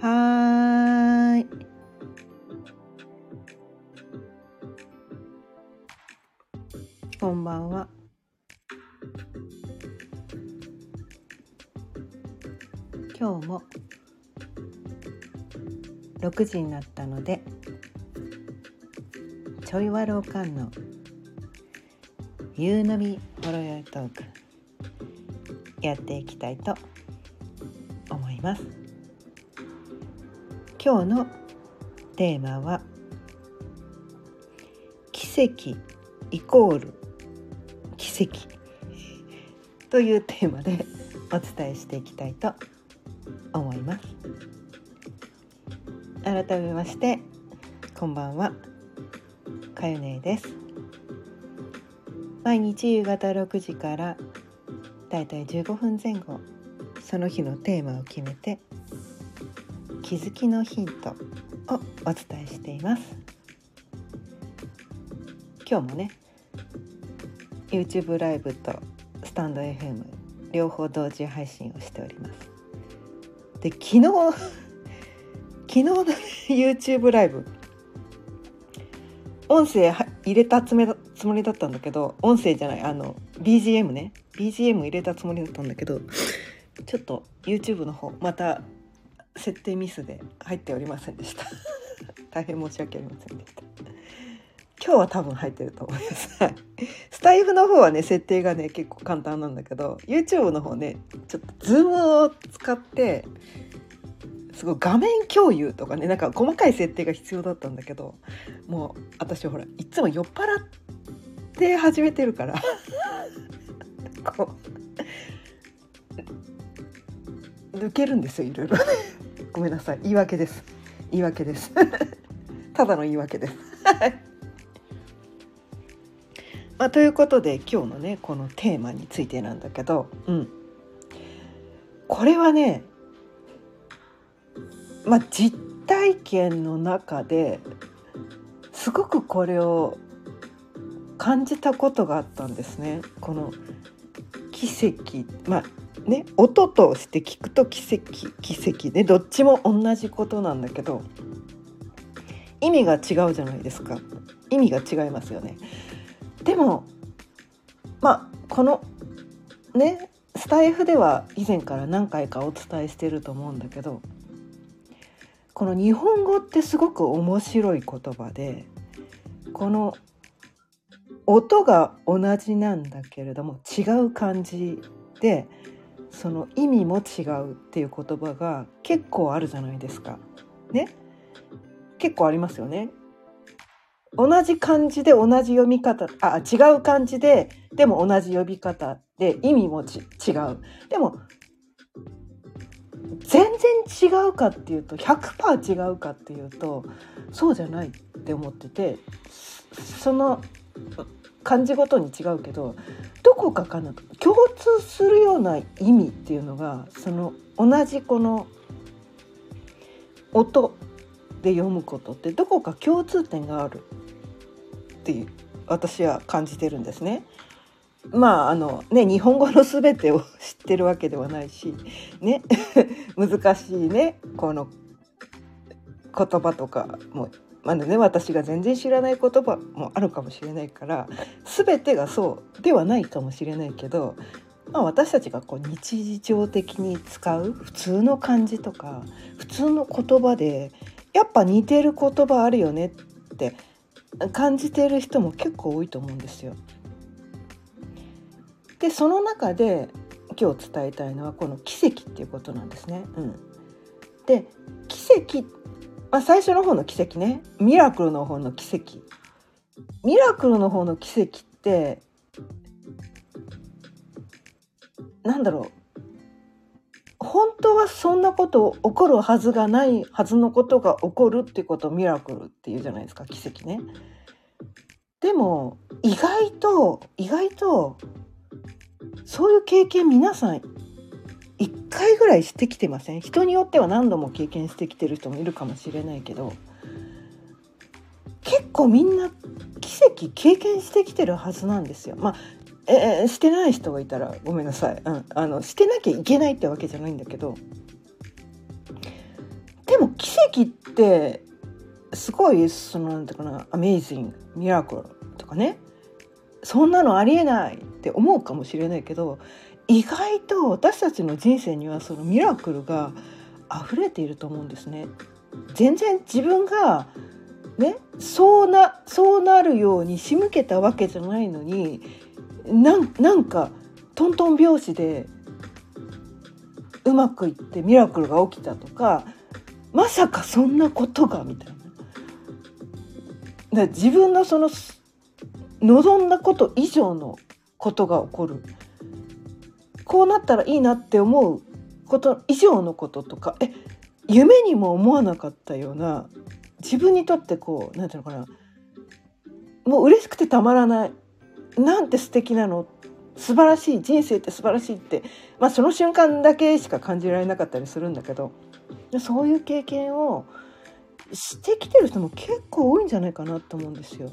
はーい。こんばんは。今日も6時になったので、ちょいわろうかんの夕飲みほろよいトークやっていきたいと思います。今日のテーマは奇跡イコール奇跡というテーマでお伝えしていきたいと思います。改めましてこんばんは、かよねです。毎日夕方6時からだいたい15分前後、その日のテーマを決めて気づきのヒントをお伝えしています。今日もね YouTube ライブとスタンド FM 両方同時配信をしております。で、昨日の、ね、YouTube ライブ音声入れたつもりだったんだけど、音声じゃないBGM ね BGM 入れたつもりだったんだけど、ちょっと YouTube の方また設定ミスで入っておりませんでした大変申し訳ありませんでした。今日は多分入ってると思いますスタイフの方はね設定がね結構簡単なんだけど、 YouTube の方ねちょっとズームを使ってすごい画面共有とかね、なんか細かい設定が必要だったんだけど、もう私ほらいつも酔っ払って始めてるからこう抜けるんですよ、いろいろごめんなさい、言い訳ですただの言い訳ですということで今日のねこのテーマについてなんだけど、これはね実体験の中ですごくこれを感じたことがあったんですね。この奇跡、音として聞くと奇跡ね、どっちも同じことなんだけど意味が違うじゃないですか。意味が違いますよね。でもこのねスタイフでは以前から何回かお伝えしてると思うんだけど、この日本語ってすごく面白い言葉で、この音が同じなんだけれども違う漢字でその意味も違うっていう言葉が結構あるじゃないですかね。結構ありますよね。同じ漢字で同じ読み方、違う漢字ででも同じ呼び方で意味も違う。でも全然違うかっていうと 100% 違うかっていうとそうじゃないって思ってて、その漢字ごとに違うけどどこかなと共通するような意味っていうのが、その同じこの音で読むことってどこか共通点があるっていう私は感じてるんですね。日本語の全てを知ってるわけではないしね難しいねこの言葉とかも私が全然知らない言葉もあるかもしれないから、全てがそうではないかもしれないけど、私たちがこう日常的に使う普通の漢字とか普通の言葉でやっぱ似てる言葉あるよねって感じている人も結構多いと思うんですよ。でその中で今日伝えたいのはこの奇跡っていうことなんですね。で奇跡、最初の方の奇跡ね、ミラクルの方の奇跡って本当はそんなこと起こるはずがないはずのことが起こるっていうことをミラクルっていうじゃないですか、奇跡ね。でも意外とそういう経験皆さん1回ぐらいしてきてません？人によっては何度も経験してきてる人もいるかもしれないけど、結構みんな奇跡経験してきてるはずなんですよ。してない人がいたらごめんなさい、してなきゃいけないってわけじゃないんだけど、ででも奇跡ってすごいなんていうかな、アメイジングミラクルとかね、そんなのありえないって思うかもしれないけど、意外と私たちの人生にはそのミラクルが溢れていると思うんですね。全然自分がね、そうなるように仕向けたわけじゃないのに、なんかトントン拍子でうまくいってミラクルが起きたとか、まさかそんなことがみたいな。自分のその望んだこと以上のことが起こる、こうなったらいいなって思うこと以上のこととか、夢にも思わなかったような、自分にとってこうなんていうのかな、もう嬉しくてたまらない、なんて素敵なの、素晴らしい、人生って素晴らしいって、その瞬間だけしか感じられなかったりするんだけど、そういう経験をしてきてる人も結構多いんじゃないかなと思うんですよ。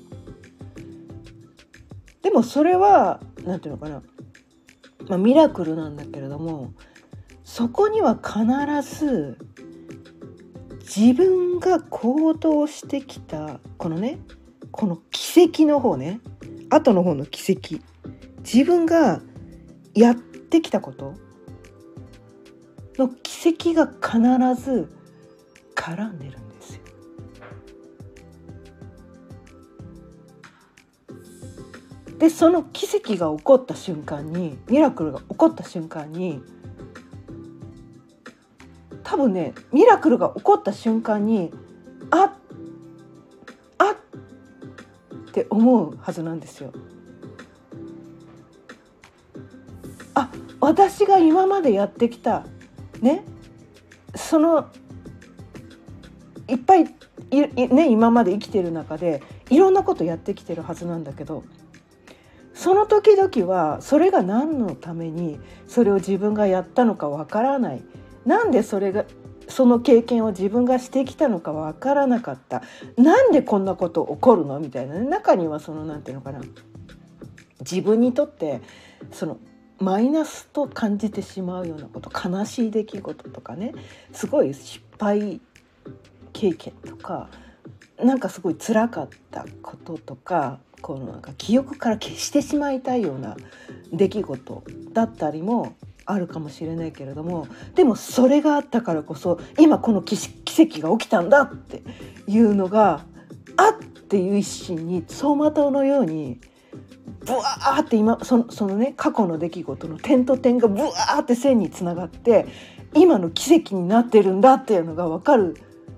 でもそれはなんていうのかな、ミラクルなんだけれども、そこには必ず自分が行動してきたこの奇跡の方ね、後の方の奇跡、自分がやってきたことの奇跡が必ず絡んでるんですよ。でその奇跡が起こった瞬間に、ミラクルが起こった瞬間に、多分ね、ミラクルが起こった瞬間にあって思うはずなんですよ。私が今までやってきたね、そのいっぱいね、今まで生きてる中でいろんなことやってきてるはずなんだけど、その時々はそれが何のためにそれを自分がやったのかわからない、なんでその経験を自分がしてきたのかわからなかった、なんでこんなこと起こるのみたいなね、中にはなんていうのかな、自分にとってマイナスと感じてしまうようなこと、悲しい出来事とかね、すごい失敗経験とか、なんかすごい辛かったこととか、なんか記憶から消してしまいたいような出来事だったりもあるかもしれないけれども、でもそれがあったからこそ今この奇跡が起きたんだっていうのがっていう一心に走馬灯のようにブワーって今そのね、過去の出来事の点と点がブワーって線につながって今の奇跡になってるんだっていうのが分かる。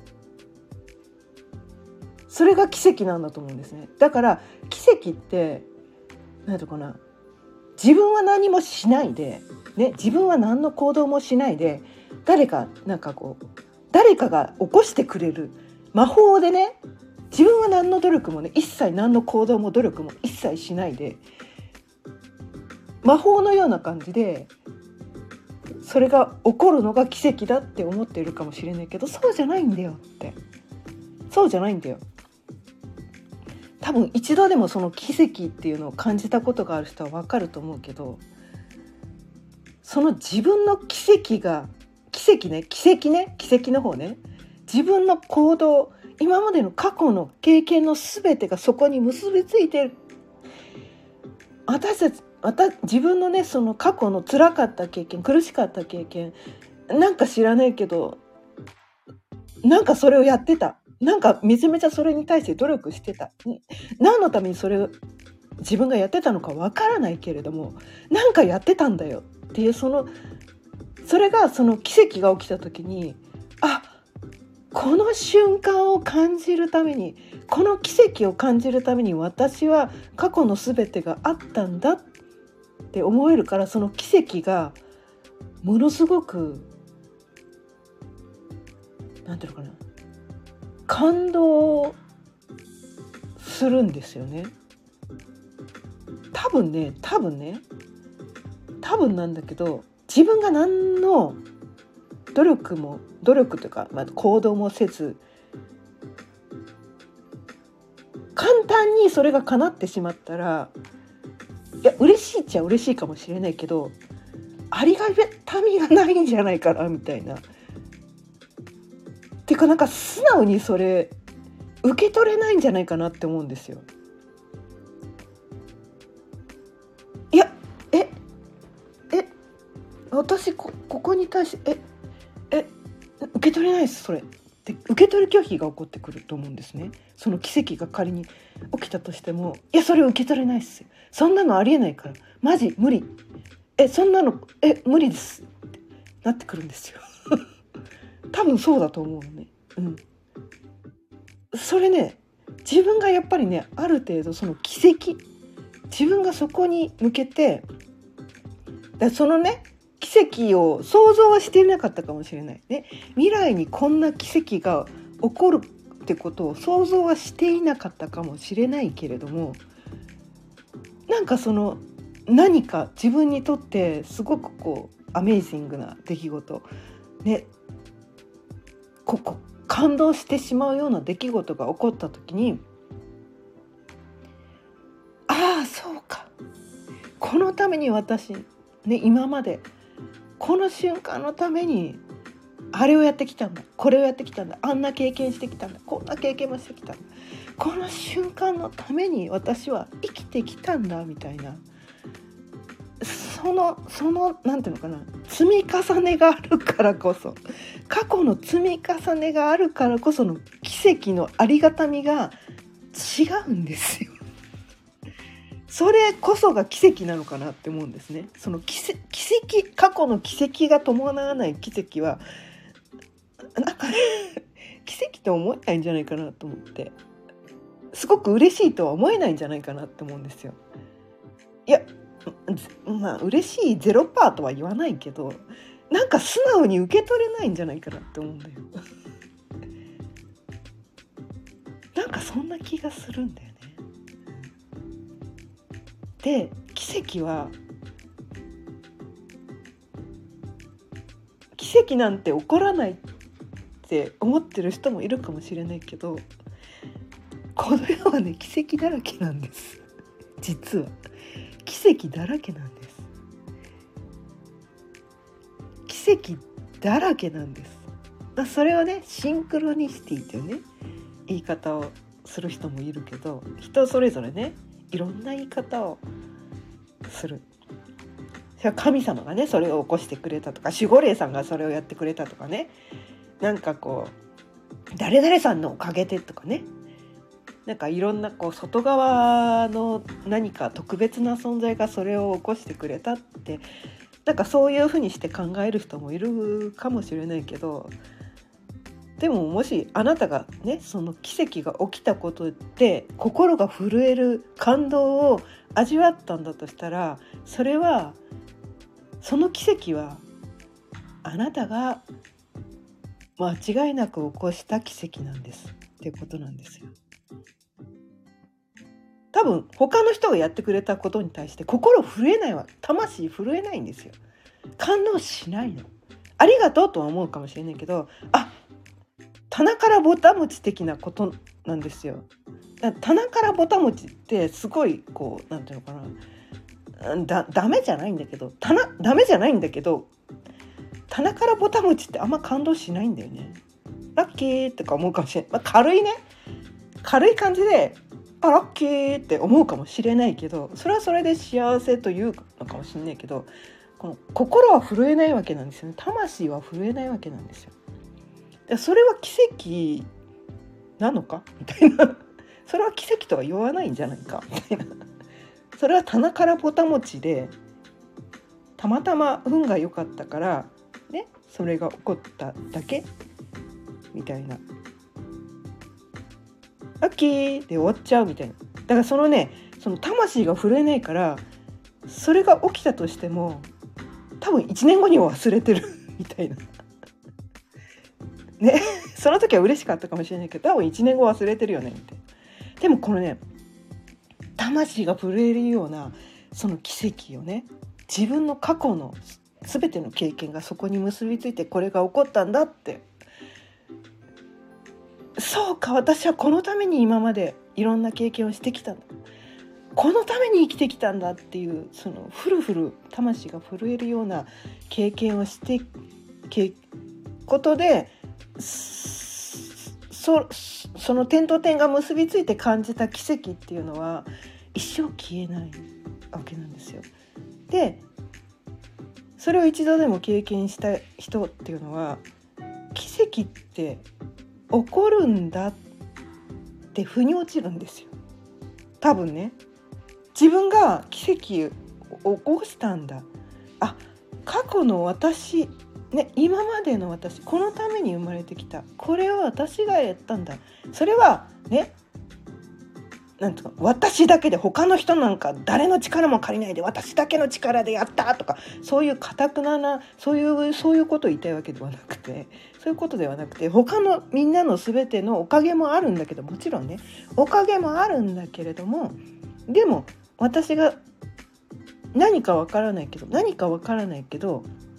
それが奇跡なんだと思うんですね。だから奇跡って何ていうかな、自分は何もしないで、ね、自分は何の行動もしないで、誰かが起こしてくれる魔法でね、自分は何の努力もね、一切何の行動も努力も一切しないで、魔法のような感じでそれが起こるのが奇跡だって思っているかもしれないけど、そうじゃないんだよって。そうじゃないんだよ。多分一度でもその奇跡っていうのを感じたことがある人は分かると思うけど、その自分の奇跡の方ね、自分の行動、今までの過去の経験の全てがそこに結びついている。自分のね、その過去の辛かった経験、苦しかった経験、なんか知らないけど、なんかそれをやってた、なんかめちゃめちゃそれに対して努力してた、何のためにそれを自分がやってたのかわからないけれども、なんかやってたんだよっていう、それがその奇跡が起きた時に、この瞬間を感じるために、この奇跡を感じるために私は過去の全てがあったんだって思えるから、その奇跡がものすごくなんていうのかな、感動するんですよね。多分なんだけど、自分が何の努力というか、行動もせず、簡単にそれが叶ってしまったら、嬉しいっちゃ嬉しいかもしれないけど、ありがたみがないんじゃないかなみたいな。 てかなんか素直にそれ受け取れないんじゃないかなって思うんですよ。いや私ここに対して受け取れないですそれって受け取り拒否が起こってくると思うんですね。その奇跡が仮に起きたとしても、いやそれ受け取れないっすよ、そんなのありえないからマジ無理、そんなの無理ですってなってくるんですよ多分そうだと思うのね。それね、自分がやっぱりねある程度その奇跡、自分がそこに向けてそのね奇跡を想像はしていなかったかもしれないね。未来にこんな奇跡が起こるってことを想像はしていなかったかもしれないけれども、なんかその何か自分にとってすごくこうアメイジングな出来事ね、感動してしまうような出来事が起こった時に、ああそうか、このために私ね今までこの瞬間のためにあれをやってきたんだ、これをやってきたんだ、あんな経験してきたんだ、こんな経験もしてきたんだ、この瞬間のために私は生きてきたんだみたいな、そのなんていうのかな、積み重ねがあるからこそ、過去の積み重ねがあるからこその奇跡のありがたみが違うんですよ。それこそが奇跡なのかなって思うんですね。その奇跡、過去の奇跡が伴わない奇跡はなんか奇跡と思えないんじゃないかなと思って、すごく嬉しいとは思えないんじゃないかなって思うんですよ。いやまあ嬉しい 0% とは言わないけど、なんか素直に受け取れないんじゃないかなって思うんだよなんかそんな気がするんだよね。で奇跡なんて起こらないって思ってる人もいるかもしれないけど、この世はね奇跡だらけなんです実は奇跡だらけなんです。奇跡だらけなんです。それをねシンクロニシティというね言い方をする人もいるけど、人それぞれねいろんな言い方をする。神様がねそれを起こしてくれたとか、守護霊さんがそれをやってくれたとかね、なんかこう誰々さんのおかげでとかね、なんかいろんなこう外側の何か特別な存在がそれを起こしてくれたって、なんかそういうふうにして考える人もいるかもしれないけど、でももしあなたがねその奇跡が起きたことで心が震える感動を味わったんだとしたら、それはその奇跡はあなたが間違いなく起こした奇跡なんですっていうことなんですよ。多分他の人がやってくれたことに対して心震えないわ、魂震えないんですよ。感動しないの。ありがとうとは思うかもしれないけど、棚からぼた餅的なことなんですよ。棚からぼた餅ってすごいこうなんていうのかな、ダメじゃないんだけど、ダメじゃないんだけど、棚からぼた餅ってあんま感動しないんだよね。ラッキーとか思うかもしれない、軽い感じでラッキーって思うかもしれないけど、それはそれで幸せというのかもしれないけど、この心は震えないわけなんですよね。魂は震えないわけなんですよ。それは奇跡なのかみたいなそれは奇跡とは言わないんじゃないかみたいな、それは棚からぼた餅でたまたま運が良かったからねそれが起こっただけみたいな、ラッキーで終わっちゃうみたいな。だからその魂が震えないから、それが起きたとしても多分1年後には忘れてるみたいなね、その時は嬉しかったかもしれないけど多分1年後忘れてるよねみたいな。でもこのね魂が震えるようなその奇跡をね、自分の過去の全ての経験がそこに結びついてこれが起こったんだって、そうか私はこのために今までいろんな経験をしてきたんだ、このために生きてきたんだっていう、そのフルフル魂が震えるような経験をしてことで、 その点と点が結びついて感じた奇跡っていうのは一生消えないわけなんですよ。でそれを一度でも経験した人っていうのは、奇跡って起こるんだって腑に落ちるんですよ。多分ね、自分が奇跡を起こしたんだ、あ、過去の私ね、今までの私、このために生まれてきた、これを私がやったんだ、それはね、なんていうか、私だけで、他の人なんか誰の力も借りないで私だけの力でやったとか、そういう堅くなそういうことを言いたいわけではなくて、そういうことではなくて、他のみんなの全てのおかげもあるんだけど、もちろんね、おかげもあるんだけれども、でも私が何かわからないけど、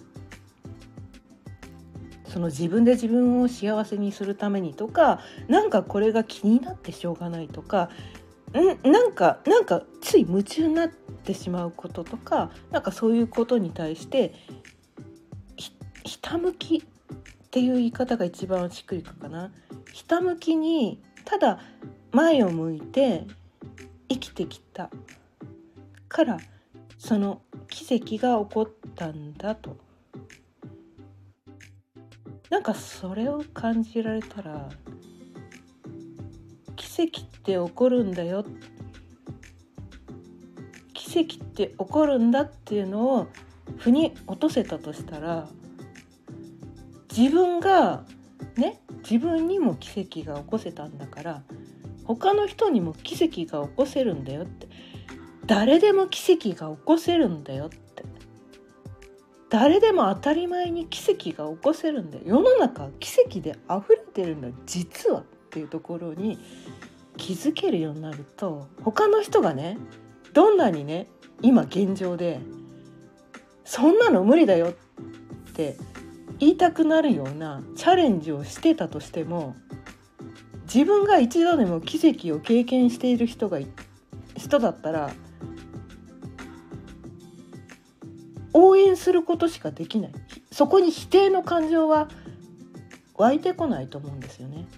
その自分で自分を幸せにするためにとか、なんかこれが気になってしょうがないとか、なんかつい夢中になってしまうこととか、なんかそういうことに対してひたむきっていう言い方が一番しっくりくるかな。ひたむきにただ前を向いて生きてきたから、その奇跡が起こったんだと、なんかそれを感じられたら、奇跡って起こるんだよ、奇跡って起こるんだっていうのを腑に落とせたとしたら、自分にも奇跡が起こせたんだから、他の人にも奇跡が起こせるんだよって、誰でも奇跡が起こせるんだよって、誰でも当たり前に奇跡が起こせるんだよ、世の中奇跡で溢れてるんだ実はっていうところに気づけるようになると、他の人がね、どんなにね、今現状でそんなの無理だよって言いたくなるようなチャレンジをしてたとしても、自分が一度でも奇跡を経験している人だったら、応援することしかできない。そこに否定の感情は湧いてこないと思うんですよね。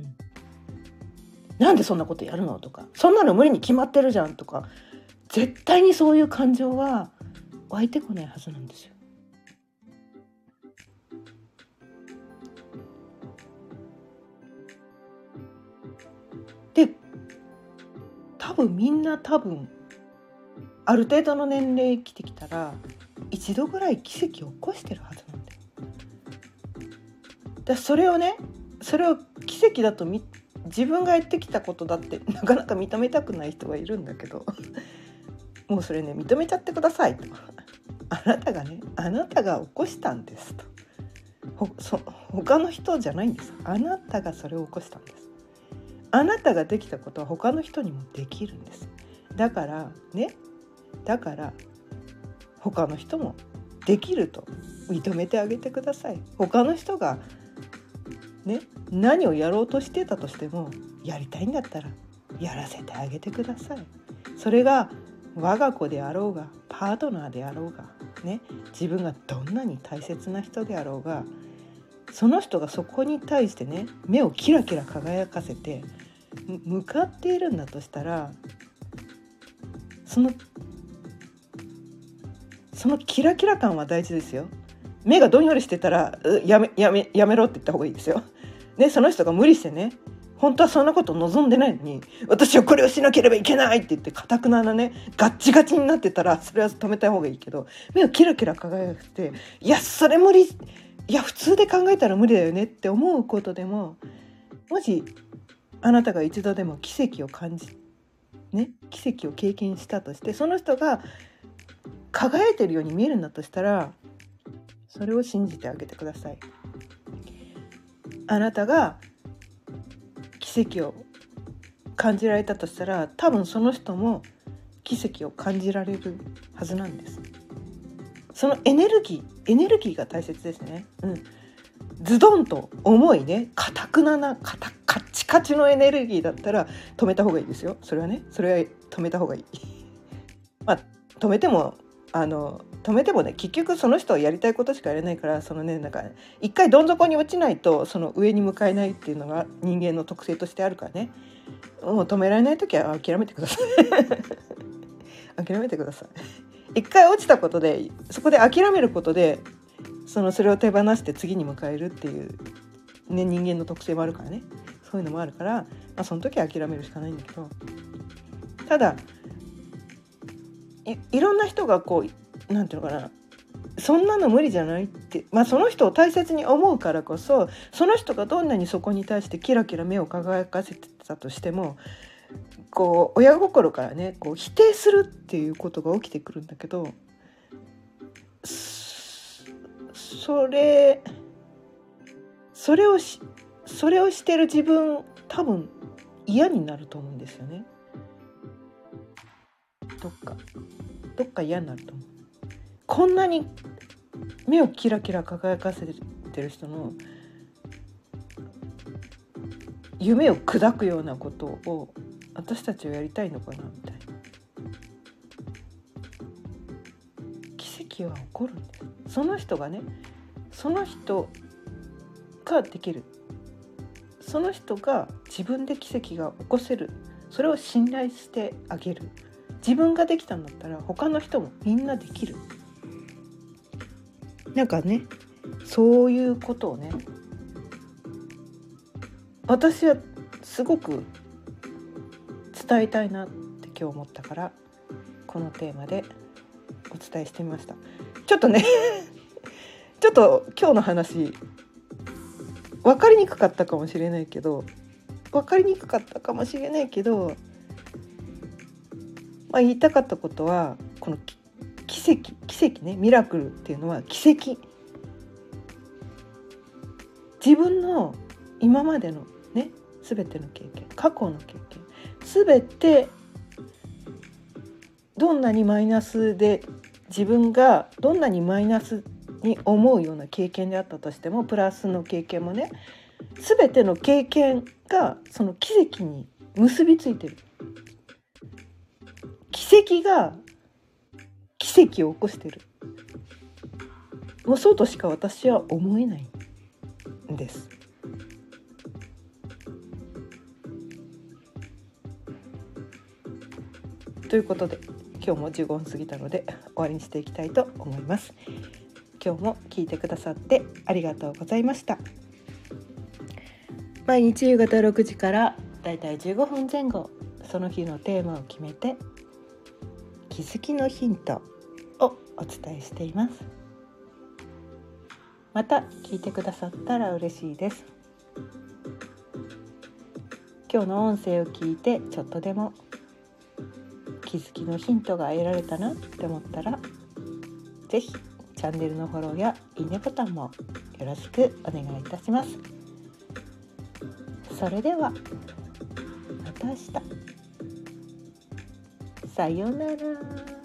なんでそんなことやるのとか、そんなの無理に決まってるじゃんとか、絶対にそういう感情は湧いてこないはずなんですよ。で、みんなある程度の年齢生きてきたら一度ぐらい奇跡を起こしてるはずなんだよ。それを奇跡だと自分がやってきたことだってなかなか認めたくない人はいるんだけどもうそれね、認めちゃってくださいとあなたが起こしたんですと、他の人じゃないんです、あなたがそれを起こしたんです。あなたができたことは他の人にもできるんです。だから他の人もできると認めてあげてください。他の人がね、何をやろうとしてたとしても、やりたいんだったらやらせてあげてください。それが我が子であろうが、パートナーであろうがね、自分がどんなに大切な人であろうが、その人がそこに対してね、目をキラキラ輝かせて向かっているんだとしたら、そのキラキラ感は大事ですよ。目がどんよりしてたらやめろって言った方がいいですよ、ね、その人が無理してね、本当はそんなこと望んでないのに、私はこれをしなければいけないって言って固くならね、ガッチガチになってたら、それは止めた方がいいけど、目をキラキラ輝くて、いやそれ無理、いや普通で考えたら無理だよねって思うことでも、もしあなたが一度でも奇跡を経験したとして、その人が輝いてるように見えるんだとしたら、それを信じてあげてください。あなたが奇跡を感じられたとしたら、多分その人も奇跡を感じられるはずなんです。そのエネルギーが大切ですね。ズドンと重いね、カッチカチのエネルギーだったら止めた方がいいですよ。それは止めた方がいい止めても止めてもね、結局その人はやりたいことしかやれないから、なんか一回どん底に落ちないとその上に向かえないっていうのが人間の特性としてあるからね。もう止められない時は諦めてください諦めてください。一回落ちたことで、そこで諦めることでそれを手放して次に迎えるっていう、ね、人間の特性もあるからね。そういうのもあるから、その時は諦めるしかないんだけど、ただ いろんな人がこうなんていうのかな、そんなの無理じゃないって、その人を大切に思うからこそ、その人がどんなにそこに対してキラキラ目を輝かせてたとしても、こう親心からね、こう否定するっていうことが起きてくるんだけど、それをしてる自分、多分嫌になると思うんですよね。どっか嫌になると思う。こんなに目をキラキラ輝かせてる人の夢を砕くようなことを私たちはやりたいのかなみたいな。奇跡は起こるんです。その人ができる。その人が自分で奇跡が起こせる。それを信頼してあげる。自分ができたんだったら他の人もみんなできる。なんかね、そういうことをね、私はすごく伝えたいなって今日思ったから、このテーマでお伝えしてみました。ちょっとねちょっと今日の話分かりにくかったかもしれないけど、言いたかったことは、この奇跡ね、ミラクルっていうのは奇跡。自分の今までのね、全ての経験、過去の経験、全てどんなにマイナスで、自分がどんなにマイナスに思うような経験であったとしても、プラスの経験もね、全ての経験がその奇跡に結びついてる。奇跡が奇跡を起こしてる。もうそうとしか私は思えないんです。ということで、今日も15分過ぎたので終わりにしていきたいと思います。今日も聞いてくださってありがとうございました。毎日夕方6時からだいたい15分前後、その日のテーマを決めて気づきのヒントをお伝えしています。また聞いてくださったら嬉しいです。今日の音声を聞いてちょっとでも気づきのヒントが得られたなって思ったら、ぜひチャンネルのフォローやいいねボタンもよろしくお願いいたします。それではまた明日。さようなら。